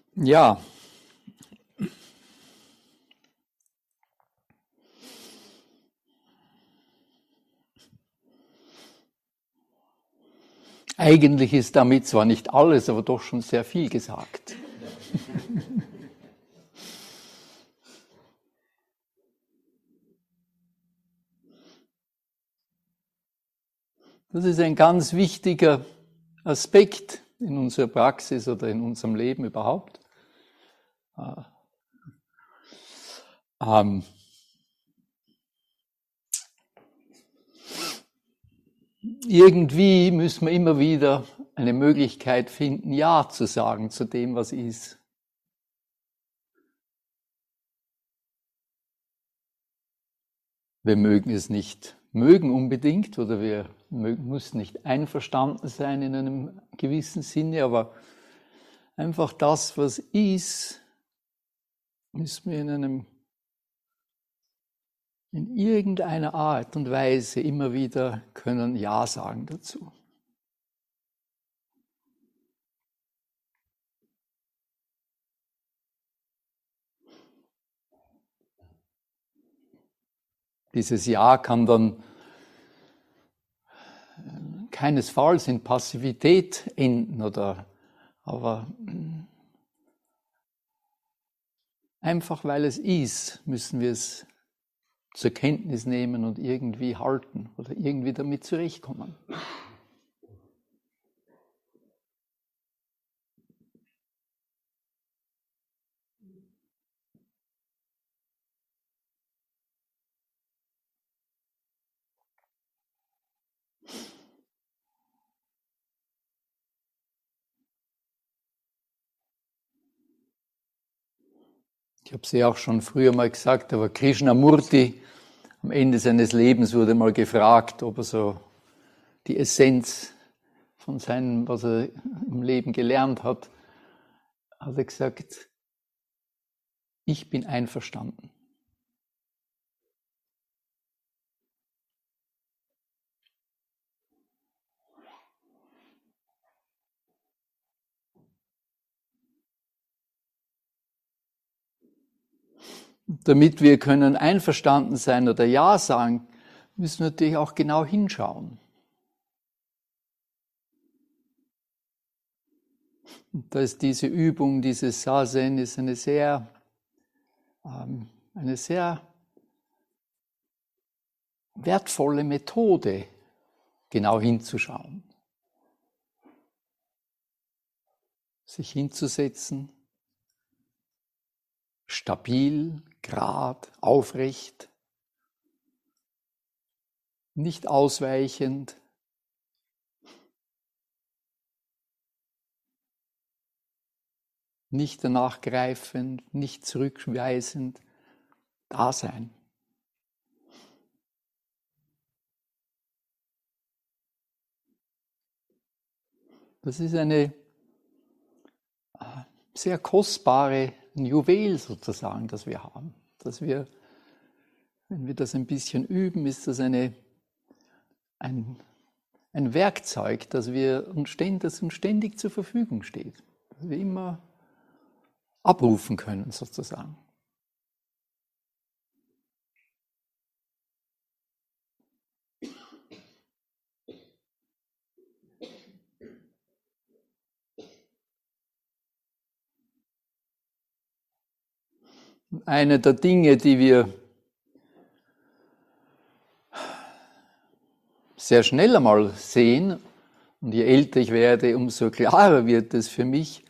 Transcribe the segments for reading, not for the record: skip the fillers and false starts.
Ja, eigentlich ist damit zwar nicht alles, aber doch schon sehr viel gesagt. Das ist ein ganz wichtiger Aspekt in unserer Praxis oder in unserem Leben überhaupt. Irgendwie müssen wir immer wieder eine Möglichkeit finden, Ja zu sagen zu dem, was ist. Wir mögen es nicht mögen unbedingt oder wir müssen nicht einverstanden sein in einem gewissen Sinne, aber einfach das, was ist, müssen wir in irgendeiner Art und Weise immer wieder können Ja sagen dazu. Dieses Ja kann dann keinesfalls in Passivität enden aber einfach weil es ist, müssen wir es zur Kenntnis nehmen und irgendwie halten oder irgendwie damit zurechtkommen. Ich habe es ja auch schon früher mal gesagt, aber Krishnamurti am Ende seines Lebens wurde mal gefragt, ob er so die Essenz von seinem, was er im Leben gelernt hat, hat er gesagt, ich bin einverstanden. Damit wir können einverstanden sein oder Ja sagen, müssen wir natürlich auch genau hinschauen. Und da ist diese Übung, dieses Sazen, ist eine sehr wertvolle Methode, genau hinzuschauen. Sich hinzusetzen, stabil, gerad, aufrecht, nicht ausweichend, nicht danach greifend, nicht zurückweisend, da sein. Das ist eine sehr kostbare Juwel sozusagen, das wir haben. Dass wir, wenn wir das ein bisschen üben, ist das ein Werkzeug, das uns ständig zur Verfügung steht. Das wir immer abrufen können sozusagen. Eine der Dinge, die wir sehr schnell einmal sehen, und je älter ich werde, umso klarer wird es für mich,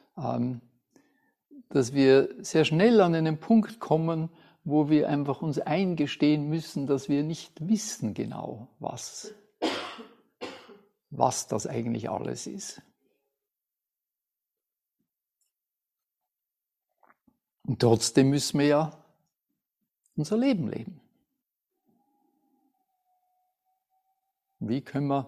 dass wir sehr schnell an einen Punkt kommen, wo wir einfach uns eingestehen müssen, dass wir nicht wissen genau, was das eigentlich alles ist. Und trotzdem müssen wir ja unser Leben leben. Wie können wir,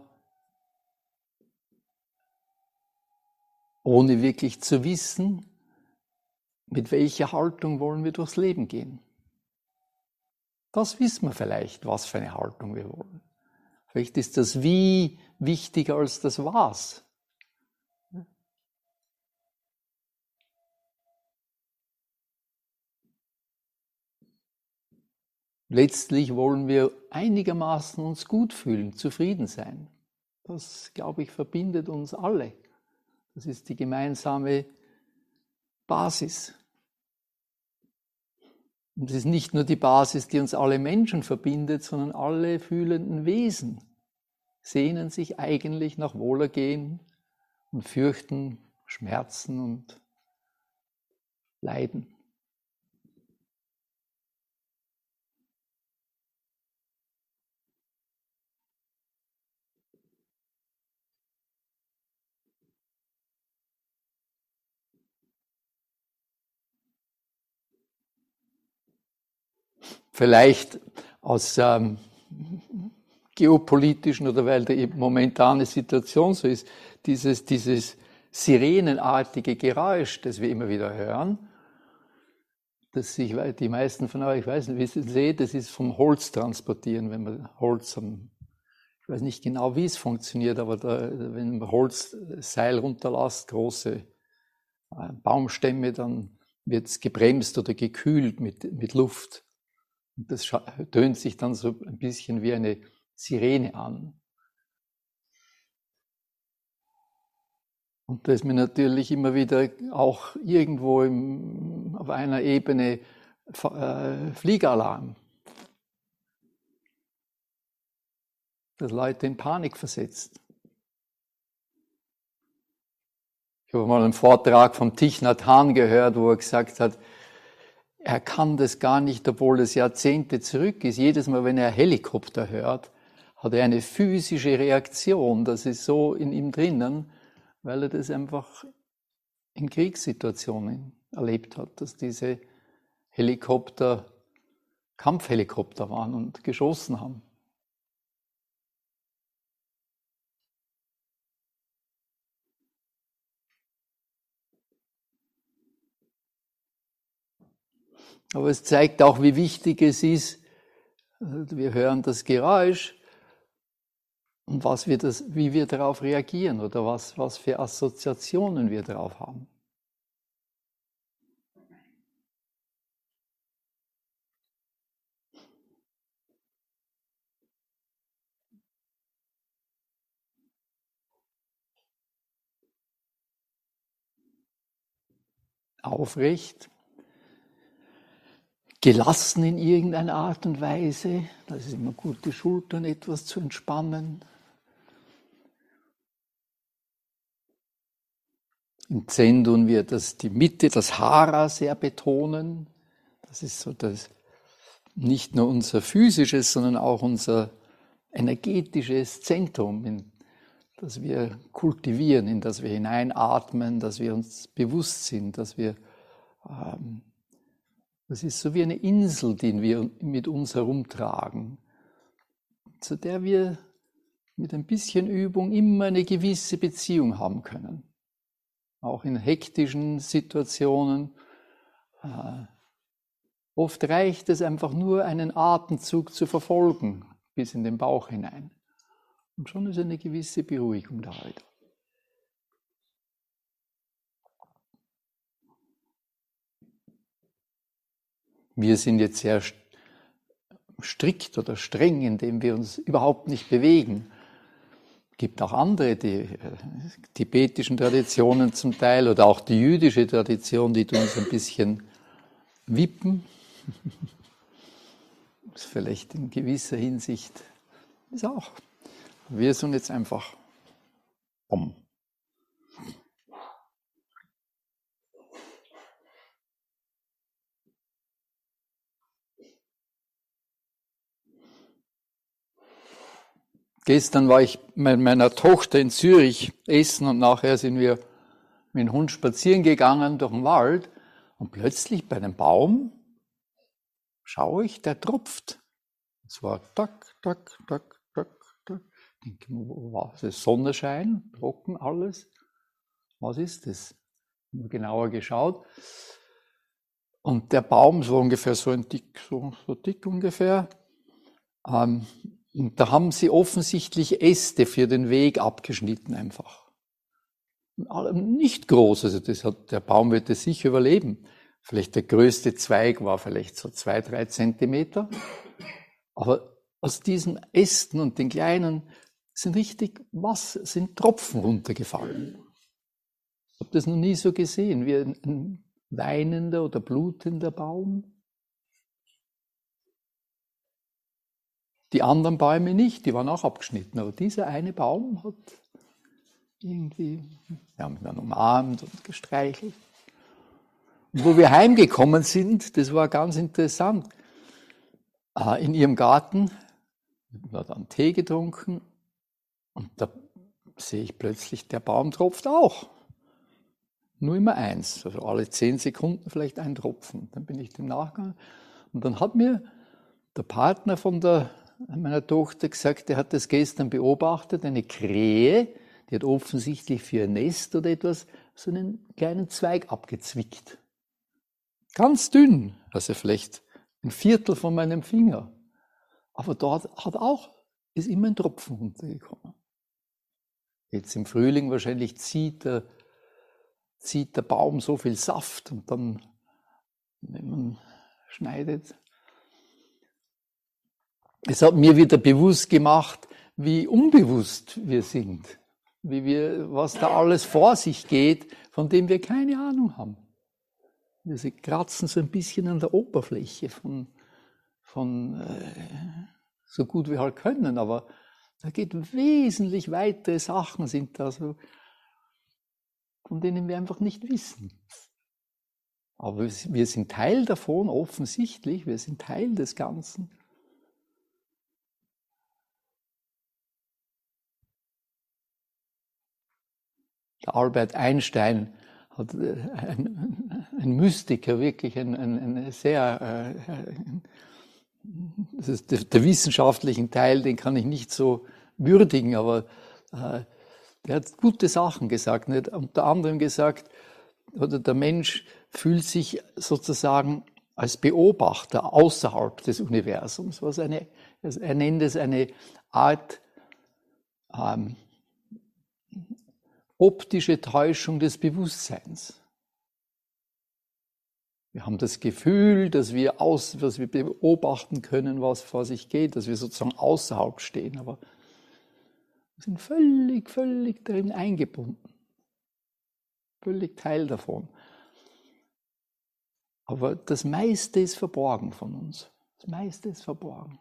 ohne wirklich zu wissen, mit welcher Haltung wollen wir durchs Leben gehen? Das wissen wir vielleicht, was für eine Haltung wir wollen. Vielleicht ist das Wie wichtiger als das Was. letztlich wollen wir einigermaßen uns gut fühlen, zufrieden sein. Das, glaube ich, verbindet uns alle. Das ist die gemeinsame Basis. Und es ist nicht nur die Basis, die uns alle Menschen verbindet, sondern alle fühlenden Wesen sehnen sich eigentlich nach Wohlergehen und fürchten Schmerzen und Leiden. Vielleicht aus geopolitischen oder weil die momentane Situation so ist, dieses sirenenartige Geräusch, das wir immer wieder hören, das die meisten von euch, ich weiß nicht, wie ihr es seht, das ist vom Holz transportieren, wenn man Holz ich weiß nicht genau, wie es funktioniert, aber wenn man Holzseil runterlässt, große Baumstämme, dann wird es gebremst oder gekühlt mit Luft. Und das tönt sich dann so ein bisschen wie eine Sirene an. Und da ist mir natürlich immer wieder auch irgendwo auf einer Ebene Fliegeralarm, das Leute in Panik versetzt. Ich habe mal einen Vortrag von Thich Nhat Hanh gehört, wo er gesagt hat, er kann das gar nicht, obwohl es Jahrzehnte zurück ist. Jedes Mal, wenn er Helikopter hört, hat er eine physische Reaktion. Das ist so in ihm drinnen, weil er das einfach in Kriegssituationen erlebt hat, dass diese Helikopter Kampfhelikopter waren und geschossen haben. Aber es zeigt auch, wie wichtig es ist, wir hören das Geräusch und wie wir darauf reagieren oder was für Assoziationen wir darauf haben. Aufrecht, gelassen in irgendeiner Art und Weise. Das ist immer gut, die Schultern etwas zu entspannen. Im Zen tun wir die Mitte, das Hara sehr betonen. Das ist so nicht nur unser physisches, sondern auch unser energetisches Zentrum, das wir kultivieren, in das wir hineinatmen, dass wir uns bewusst sind, das ist so wie eine Insel, die wir mit uns herumtragen, zu der wir mit ein bisschen Übung immer eine gewisse Beziehung haben können. Auch in hektischen Situationen. Oft reicht es einfach nur, einen Atemzug zu verfolgen, bis in den Bauch hinein. Und schon ist eine gewisse Beruhigung da. Wir sind jetzt sehr strikt oder streng, indem wir uns überhaupt nicht bewegen. Es gibt auch andere, die tibetischen Traditionen zum Teil oder auch die jüdische Tradition, die tun uns ein bisschen wippen. Das ist vielleicht in gewisser Hinsicht ist auch. Wir sind jetzt einfach Gestern war ich mit meiner Tochter in Zürich essen und nachher sind wir mit dem Hund spazieren gegangen durch den Wald und plötzlich bei einem Baum schaue ich, der tropft. Es war tak, tak, tak, tak, tak. Ich denke, was ist Sonnenschein, trocken alles? Was ist das? Ich habe genauer geschaut. Und der Baum, so ungefähr so dick ungefähr, und da haben sie offensichtlich Äste für den Weg abgeschnitten einfach. Nicht groß, also der Baum wird das sicher überleben. Vielleicht der größte Zweig war vielleicht so 2-3 Zentimeter. Aber aus diesen Ästen und den kleinen sind Tropfen runtergefallen. Ich habe das noch nie so gesehen, wie ein weinender oder blutender Baum. Die anderen Bäume nicht, die waren auch abgeschnitten. Aber dieser eine Baum hat irgendwie, wir haben ihn dann umarmt und gestreichelt. Und wo wir heimgekommen sind, das war ganz interessant. In ihrem Garten, wir haben dann Tee getrunken und da sehe ich plötzlich, der Baum tropft auch. Nur immer eins, also alle 10 Sekunden vielleicht ein Tropfen. Dann bin ich dem nachgegangen und dann hat mir der Partner von meiner Tochter gesagt, der hat das gestern beobachtet, eine Krähe, die hat offensichtlich für ihr Nest oder etwas so einen kleinen Zweig abgezwickt. Ganz dünn, also vielleicht ein Viertel von meinem Finger. Aber dort ist immer ein Tropfen runtergekommen. Jetzt im Frühling wahrscheinlich zieht der Baum so viel Saft und dann, wenn man schneidet. Es hat mir wieder bewusst gemacht, wie unbewusst wir sind, was da alles vor sich geht, von dem wir keine Ahnung haben. Wir kratzen so ein bisschen an der Oberfläche von so gut wir halt können, aber da geht wesentlich weitere Sachen sind da so, von denen wir einfach nicht wissen. Aber wir sind Teil davon, offensichtlich, wir sind Teil des Ganzen. Der Albert Einstein hat ein Mystiker, wirklich ein sehr, das ist der wissenschaftlichen Teil, den kann ich nicht so würdigen, aber der hat gute Sachen gesagt. Er hat unter anderem gesagt, oder der Mensch fühlt sich sozusagen als Beobachter außerhalb des Universums, er nennt es eine Art optische Täuschung des Bewusstseins. Wir haben das Gefühl, dass wir beobachten können, was vor sich geht, dass wir sozusagen außerhalb stehen, aber wir sind völlig darin eingebunden. Völlig Teil davon. Aber das meiste ist verborgen von uns. Das meiste ist verborgen.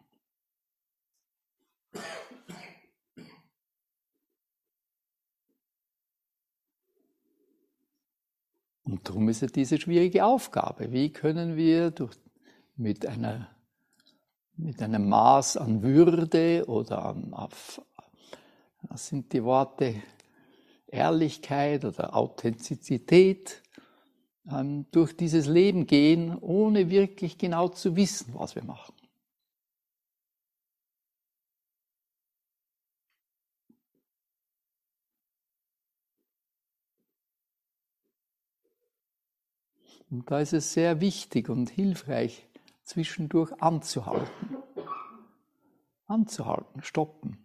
Und darum ist es diese schwierige Aufgabe. Wie können wir mit einem Maß an Würde oder was sind die Worte, Ehrlichkeit oder Authentizität, durch dieses Leben gehen, ohne wirklich genau zu wissen, was wir machen. Und da ist es sehr wichtig und hilfreich, zwischendurch anzuhalten. Anzuhalten, stoppen.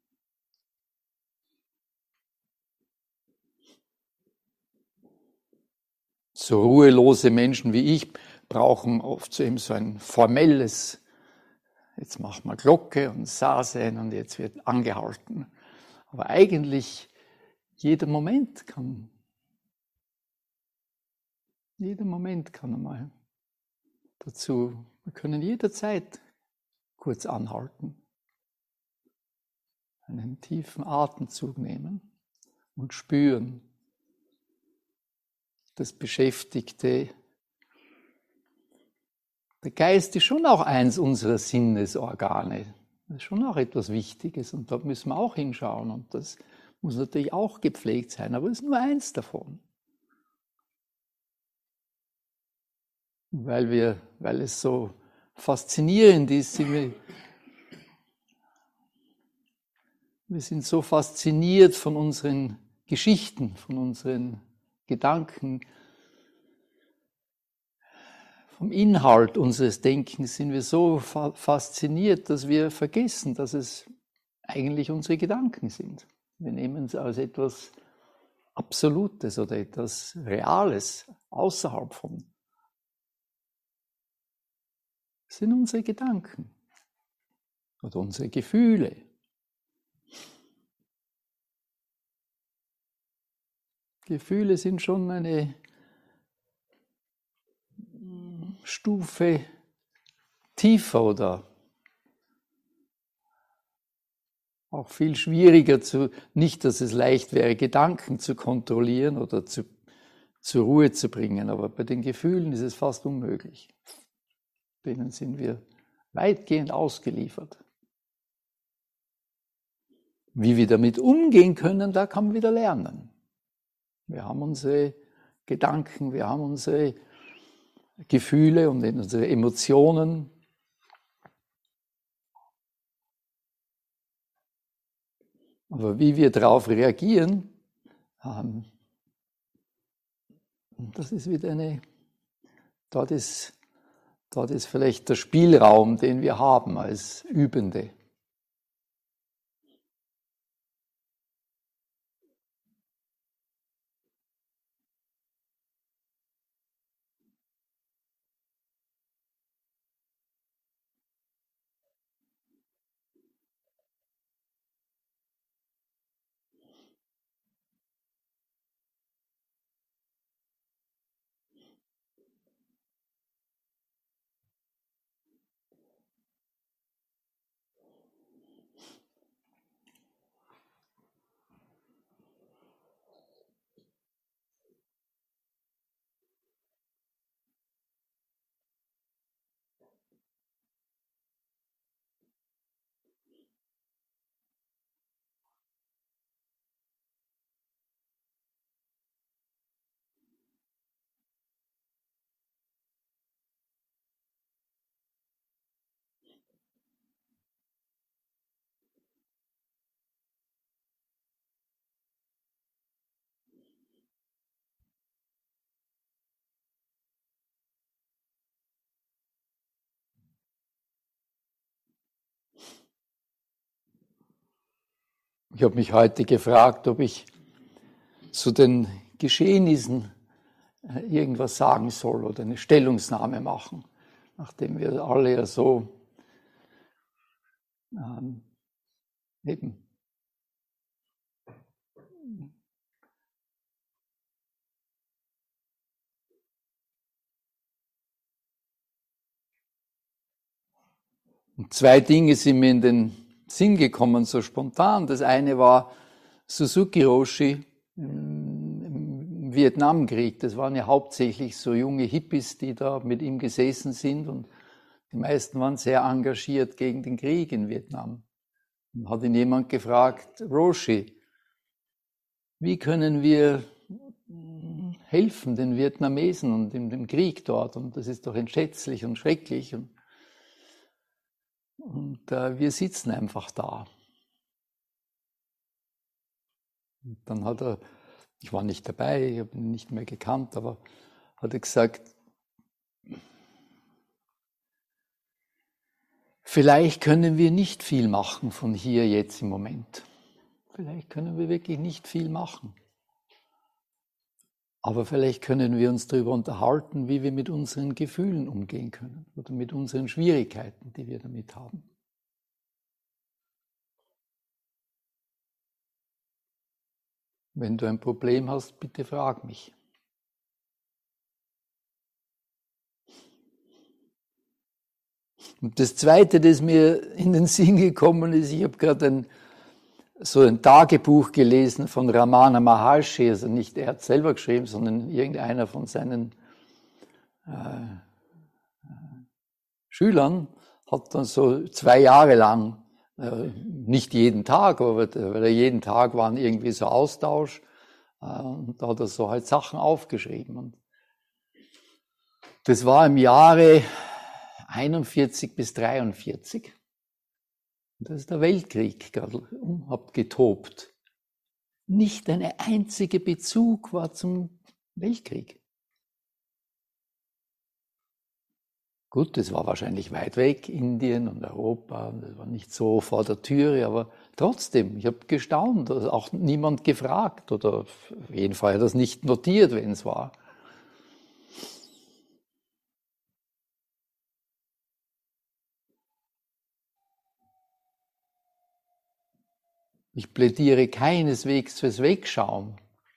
So ruhelose Menschen wie ich brauchen oft so eben so ein formelles, jetzt machen wir Glocke und Sazen und jetzt wird angehalten. Aber eigentlich jeder Moment kann einmal dazu, wir können jederzeit kurz anhalten, einen tiefen Atemzug nehmen und spüren, das Beschäftigte. Der Geist ist schon auch eins unserer Sinnesorgane. Das ist schon auch etwas Wichtiges und dort müssen wir auch hinschauen und das muss natürlich auch gepflegt sein, aber es ist nur eins davon. Weil es so faszinierend ist, wir sind so fasziniert von unseren Geschichten, von unseren Gedanken, vom Inhalt unseres Denkens sind wir so fasziniert, dass wir vergessen, dass es eigentlich unsere Gedanken sind. Wir nehmen es als etwas Absolutes oder etwas Reales außerhalb von. Das sind unsere Gedanken. oder unsere Gefühle. Gefühle sind schon eine Stufe tiefer oder auch viel schwieriger nicht, dass es leicht wäre, Gedanken zu kontrollieren oder zur Ruhe zu bringen, aber bei den Gefühlen ist es fast unmöglich. Denen sind wir weitgehend ausgeliefert. Wie wir damit umgehen können, da kann man wieder lernen. Wir haben unsere Gedanken, wir haben unsere Gefühle und unsere Emotionen. Aber wie wir darauf reagieren, das ist wieder dort ist vielleicht der Spielraum, den wir haben als Übende. Ich habe mich heute gefragt, ob ich zu den Geschehnissen irgendwas sagen soll oder eine Stellungnahme machen, nachdem wir alle ja so eben Und zwei Dinge sind mir in den Sinn gekommen, so spontan. Das eine war Suzuki Roshi im Vietnamkrieg. Das waren ja hauptsächlich so junge Hippies, die da mit ihm gesessen sind. Und die meisten waren sehr engagiert gegen den Krieg in Vietnam. Und hat ihn jemand gefragt, Roshi, wie können wir helfen den Vietnamesen und dem Krieg dort? Und das ist doch entsetzlich und schrecklich. Und wir sitzen einfach da. Und dann hat er, ich war nicht dabei, ich habe ihn nicht mehr gekannt, aber hat er gesagt, vielleicht können wir nicht viel machen von hier jetzt im Moment. Vielleicht können wir wirklich nicht viel machen. Aber vielleicht können wir uns darüber unterhalten, wie wir mit unseren Gefühlen umgehen können oder mit unseren Schwierigkeiten, die wir damit haben. Wenn du ein Problem hast, bitte frag mich. Und das Zweite, das mir in den Sinn gekommen ist, ich habe gerade so ein Tagebuch gelesen von Ramana Maharshi, also nicht er hat selber geschrieben, sondern irgendeiner von seinen Schülern hat dann so 2 Jahre lang, nicht jeden Tag, aber jeden Tag waren irgendwie so Austausch und da hat er so halt Sachen aufgeschrieben. Und das war im Jahre 41 bis 43. Und da ist der Weltkrieg gerade getobt. Nicht ein einziger Bezug war zum Weltkrieg. Gut, das war wahrscheinlich weit weg, Indien und Europa, das war nicht so vor der Türe, aber trotzdem, ich habe gestaunt, da hat auch niemand gefragt oder auf jeden Fall hat er das nicht notiert, wenn es war. Ich plädiere keineswegs fürs Wegschauen.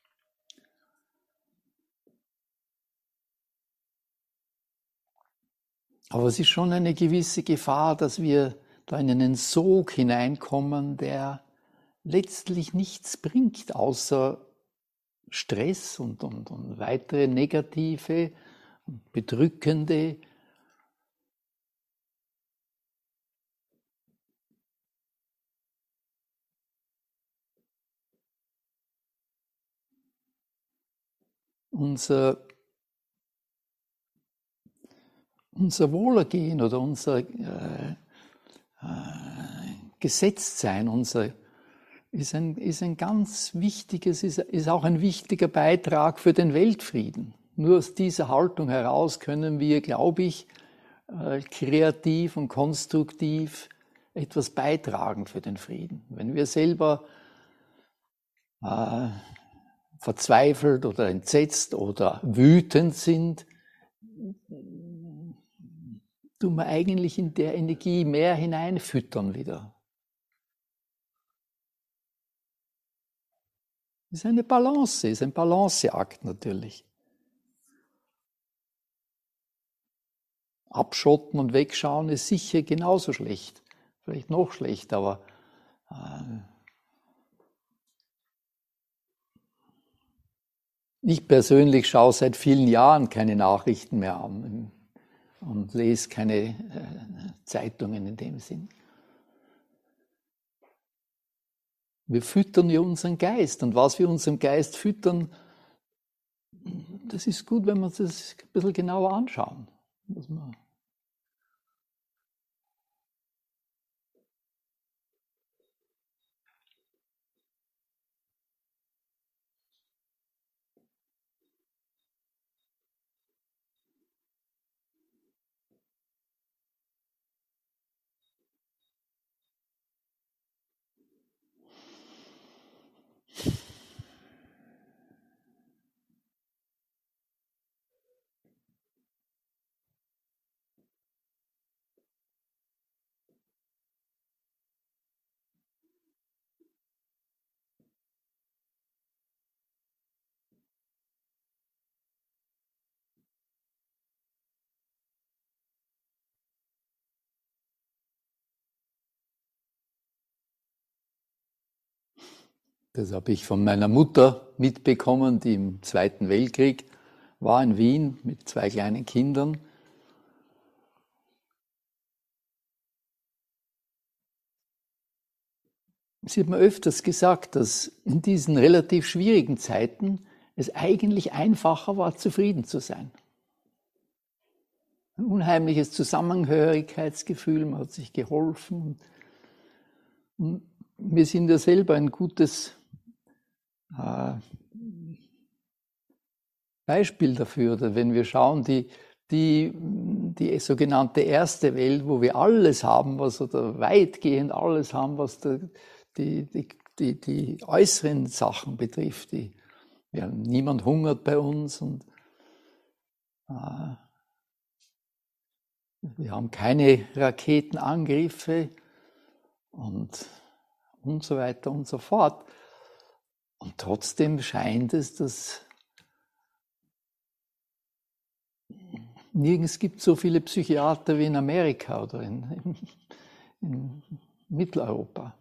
Aber es ist schon eine gewisse Gefahr, dass wir da in einen Sog hineinkommen, der letztlich nichts bringt, außer Stress und weitere negative, bedrückende unser Wohlergehen oder unser Gesetztsein, ist ein ganz wichtiges, ist auch ein wichtiger Beitrag für den Weltfrieden. Nur aus dieser Haltung heraus können wir, glaube ich, kreativ und konstruktiv etwas beitragen für den Frieden. Wenn wir selber verzweifelt oder entsetzt oder wütend sind, tun wir eigentlich in der Energie mehr hineinfüttern wieder. Das ist eine Balance, ist ein Balanceakt natürlich. Abschotten und wegschauen ist sicher genauso schlecht. Vielleicht noch schlechter, aber ich persönlich schaue seit vielen Jahren keine Nachrichten mehr an und lese keine Zeitungen in dem Sinn. Wir füttern ja unseren Geist, und was wir unserem Geist füttern, das ist gut, wenn wir uns das ein bisschen genauer anschauen. Das habe ich von meiner Mutter mitbekommen, die im Zweiten Weltkrieg war in Wien mit 2 kleinen Kindern. Sie hat mir öfters gesagt, dass in diesen relativ schwierigen Zeiten es eigentlich einfacher war, zufrieden zu sein. Ein unheimliches Zusammenhörigkeitsgefühl, man hat sich geholfen. Und wir sind ja selber ein gutes Beispiel dafür, oder wenn wir schauen, die sogenannte erste Welt, wo wir alles haben, oder weitgehend alles haben, was die äußeren Sachen betrifft. Niemand hungert bei uns und wir haben keine Raketenangriffe und so weiter und so fort. Und trotzdem scheint es, dass nirgends gibt so viele Psychiater wie in Amerika oder in Mitteleuropa.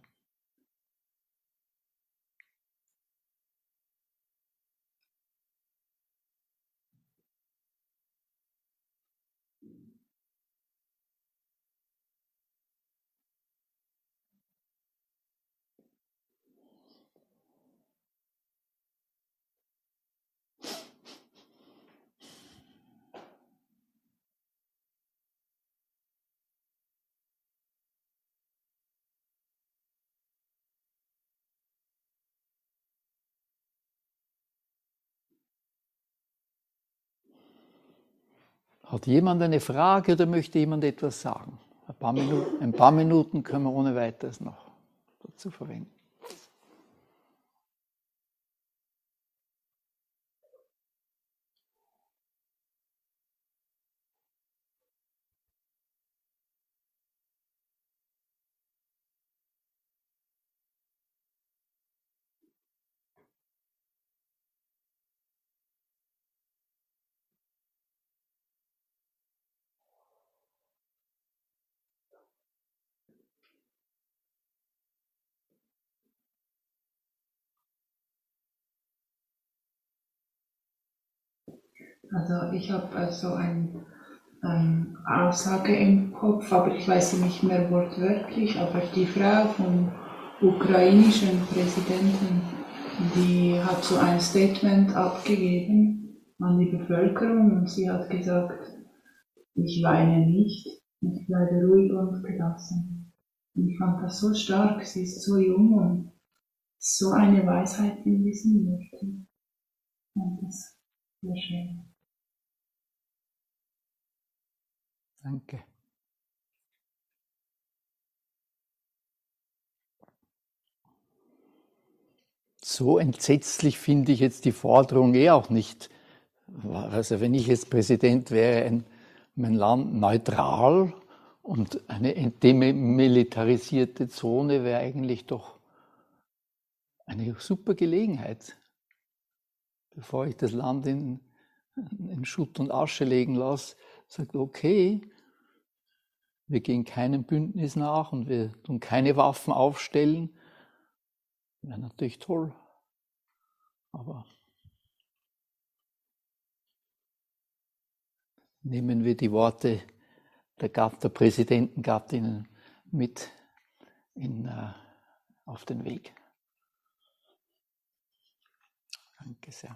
Hat jemand eine Frage oder möchte jemand etwas sagen? Ein paar Minuten können wir ohne weiteres noch dazu verwenden. Also ich habe also eine Aussage im Kopf, aber ich weiß sie nicht mehr wortwörtlich, aber die Frau vom ukrainischen Präsidenten, die hat so ein Statement abgegeben an die Bevölkerung und sie hat gesagt, ich weine nicht, ich bleibe ruhig und gelassen. Und ich fand das so stark, sie ist so jung und so eine Weisheit in diesen Worten. Und das sehr schön. Danke. So entsetzlich finde ich jetzt die Forderung auch nicht. Also wenn ich jetzt Präsident wäre, mein Land neutral und eine demilitarisierte Zone wäre eigentlich doch eine super Gelegenheit, bevor ich das Land in Schutt und Asche legen lasse, sagt, okay, wir gehen keinem Bündnis nach und wir tun keine Waffen aufstellen. Wäre natürlich toll. Aber nehmen wir die Worte der Präsidentengattinnen mit auf den Weg. Danke sehr.